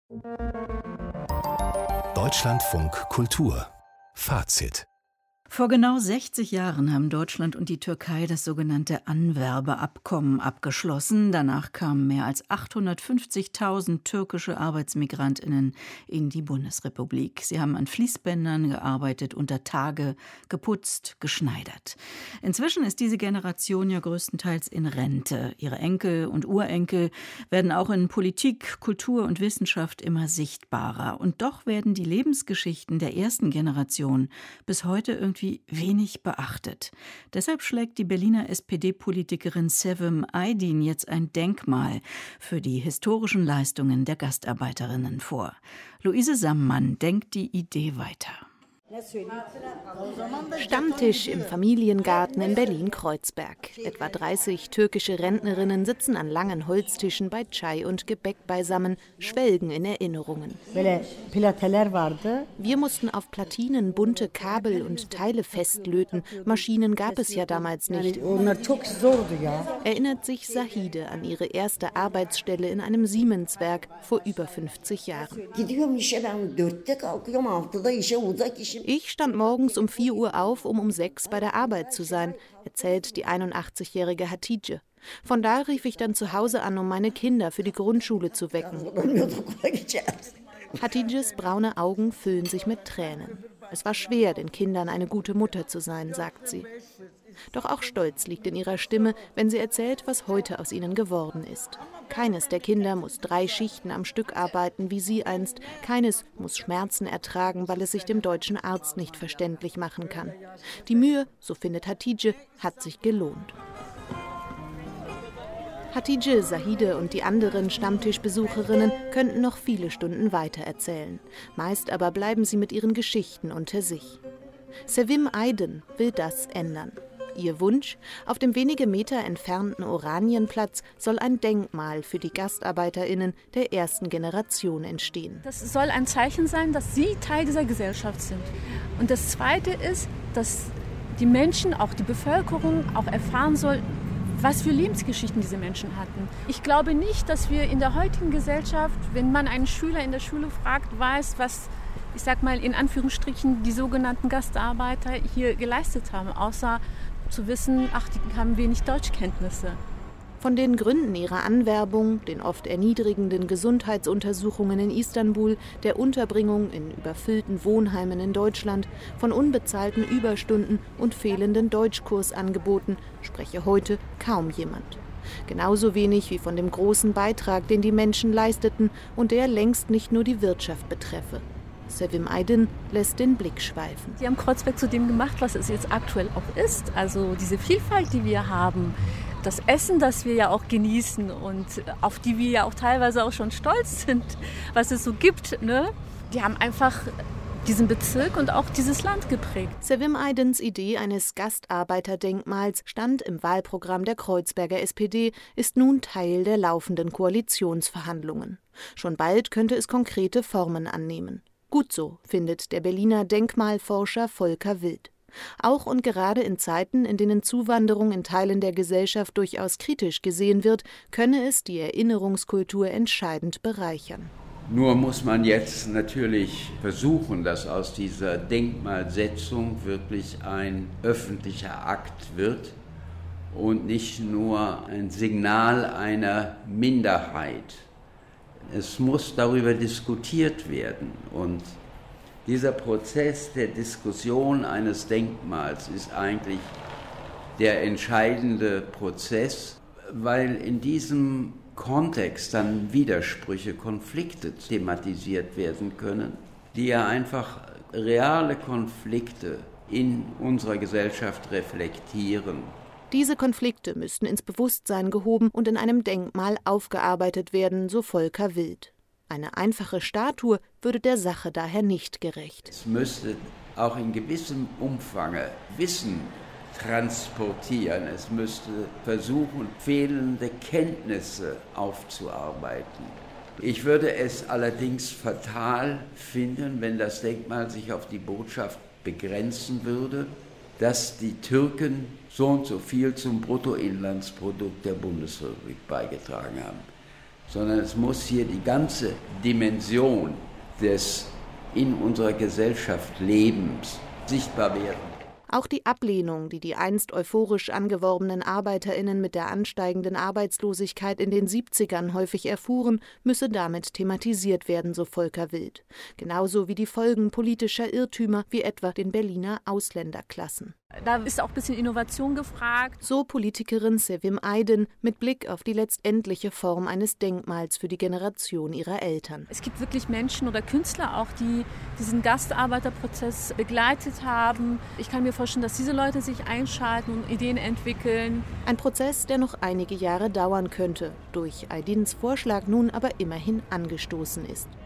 Deutschlandfunk Kultur Fazit. Vor genau 60 Jahren haben Deutschland und die Türkei das sogenannte Anwerbeabkommen abgeschlossen. Danach kamen mehr als 850.000 türkische ArbeitsmigrantInnen in die Bundesrepublik. Sie haben an Fließbändern gearbeitet, unter Tage geputzt, geschneidert. Inzwischen ist diese Generation ja größtenteils in Rente. Ihre Enkel und Urenkel werden auch in Politik, Kultur und Wissenschaft immer sichtbarer. Und doch werden die Lebensgeschichten der ersten Generation bis heute irgendwie wenig beachtet. Deshalb schlägt die Berliner SPD-Politikerin Sevim Aydin jetzt ein Denkmal für die historischen Leistungen der Gastarbeiterinnen vor. Luise Sammann denkt die Idee weiter. Stammtisch im Familiengarten in Berlin-Kreuzberg. Etwa 30 türkische Rentnerinnen sitzen an langen Holztischen bei Chai und Gebäck beisammen, schwelgen in Erinnerungen. Wir mussten auf Platinen bunte Kabel und Teile festlöten. Maschinen gab es ja damals nicht. Erinnert sich Zahide an ihre erste Arbeitsstelle in einem Siemenswerk vor über 50 Jahren. Ich stand morgens um 4 Uhr auf, um 6 bei der Arbeit zu sein, erzählt die 81-jährige Hatice. Von da rief ich dann zu Hause an, um meine Kinder für die Grundschule zu wecken. Hatices braune Augen füllen sich mit Tränen. Es war schwer, den Kindern eine gute Mutter zu sein, sagt sie. Doch auch Stolz liegt in ihrer Stimme, wenn sie erzählt, was heute aus ihnen geworden ist. Keines der Kinder muss 3 Schichten am Stück arbeiten, wie sie einst. Keines muss Schmerzen ertragen, weil es sich dem deutschen Arzt nicht verständlich machen kann. Die Mühe, so findet Hatice, hat sich gelohnt. Hatice, Zahide und die anderen Stammtischbesucherinnen könnten noch viele Stunden weiter erzählen. Meist aber bleiben sie mit ihren Geschichten unter sich. Sevim Aydin will das ändern. Ihr Wunsch: Auf dem wenige Meter entfernten Oranienplatz soll ein Denkmal für die GastarbeiterInnen der ersten Generation entstehen. Das soll ein Zeichen sein, dass sie Teil dieser Gesellschaft sind. Und das Zweite ist, dass die Menschen, auch die Bevölkerung, auch erfahren soll, was für Lebensgeschichten diese Menschen hatten. Ich glaube nicht, dass wir in der heutigen Gesellschaft, wenn man einen Schüler in der Schule fragt, weiß, was, ich sag mal in Anführungsstrichen, die sogenannten Gastarbeiter hier geleistet haben, außer zu wissen, die haben wenig Deutschkenntnisse. Von den Gründen ihrer Anwerbung, den oft erniedrigenden Gesundheitsuntersuchungen in Istanbul, der Unterbringung in überfüllten Wohnheimen in Deutschland, von unbezahlten Überstunden und fehlenden Deutschkursangeboten spreche heute kaum jemand. Genauso wenig wie von dem großen Beitrag, den die Menschen leisteten und der längst nicht nur die Wirtschaft betreffe. Sevim Aydin lässt den Blick schweifen. Sie haben Kreuzberg zu dem gemacht, was es jetzt aktuell auch ist. Also diese Vielfalt, die wir haben, das Essen, das wir ja auch genießen und auf die wir ja auch teilweise auch schon stolz sind, was es so gibt, ne? Die haben einfach diesen Bezirk und auch dieses Land geprägt. Sevim Aydins Idee eines Gastarbeiterdenkmals stand im Wahlprogramm der Kreuzberger SPD, ist nun Teil der laufenden Koalitionsverhandlungen. Schon bald könnte es konkrete Formen annehmen. Gut so, findet der Berliner Denkmalforscher Volker Wild. Auch und gerade in Zeiten, in denen Zuwanderung in Teilen der Gesellschaft durchaus kritisch gesehen wird, könne es die Erinnerungskultur entscheidend bereichern. Nur muss man jetzt natürlich versuchen, dass aus dieser Denkmalsetzung wirklich ein öffentlicher Akt wird und nicht nur ein Signal einer Minderheit. Es muss darüber diskutiert werden und dieser Prozess der Diskussion eines Denkmals ist eigentlich der entscheidende Prozess, weil in diesem Kontext dann Widersprüche, Konflikte thematisiert werden können, die ja einfach reale Konflikte in unserer Gesellschaft reflektieren. Diese Konflikte müssten ins Bewusstsein gehoben und in einem Denkmal aufgearbeitet werden, so Volker Wild. Eine einfache Statue würde der Sache daher nicht gerecht. Es müsste auch in gewissem Umfang Wissen transportieren. Es müsste versuchen, fehlende Kenntnisse aufzuarbeiten. Ich würde es allerdings fatal finden, wenn das Denkmal sich auf die Botschaft begrenzen würde, dass die Türken so und so viel zum Bruttoinlandsprodukt der Bundesrepublik beigetragen haben. sondern es muss hier die ganze Dimension des in unserer Gesellschaft Lebens sichtbar werden. Auch die Ablehnung, die einst euphorisch angeworbenen ArbeiterInnen mit der ansteigenden Arbeitslosigkeit in den 70ern häufig erfuhren, müsse damit thematisiert werden, so Volker Wild. Genauso wie die Folgen politischer Irrtümer, wie etwa den Berliner Ausländerklassen. Da ist auch ein bisschen Innovation gefragt. So Politikerin Sevim Aydin mit Blick auf die letztendliche Form eines Denkmals für die Generation ihrer Eltern. Es gibt wirklich Menschen oder Künstler auch, die diesen Gastarbeiterprozess begleitet haben. Ich kann mir vorstellen, dass diese Leute sich einschalten und Ideen entwickeln. Ein Prozess, der noch einige Jahre dauern könnte, durch Aydins Vorschlag nun aber immerhin angestoßen ist.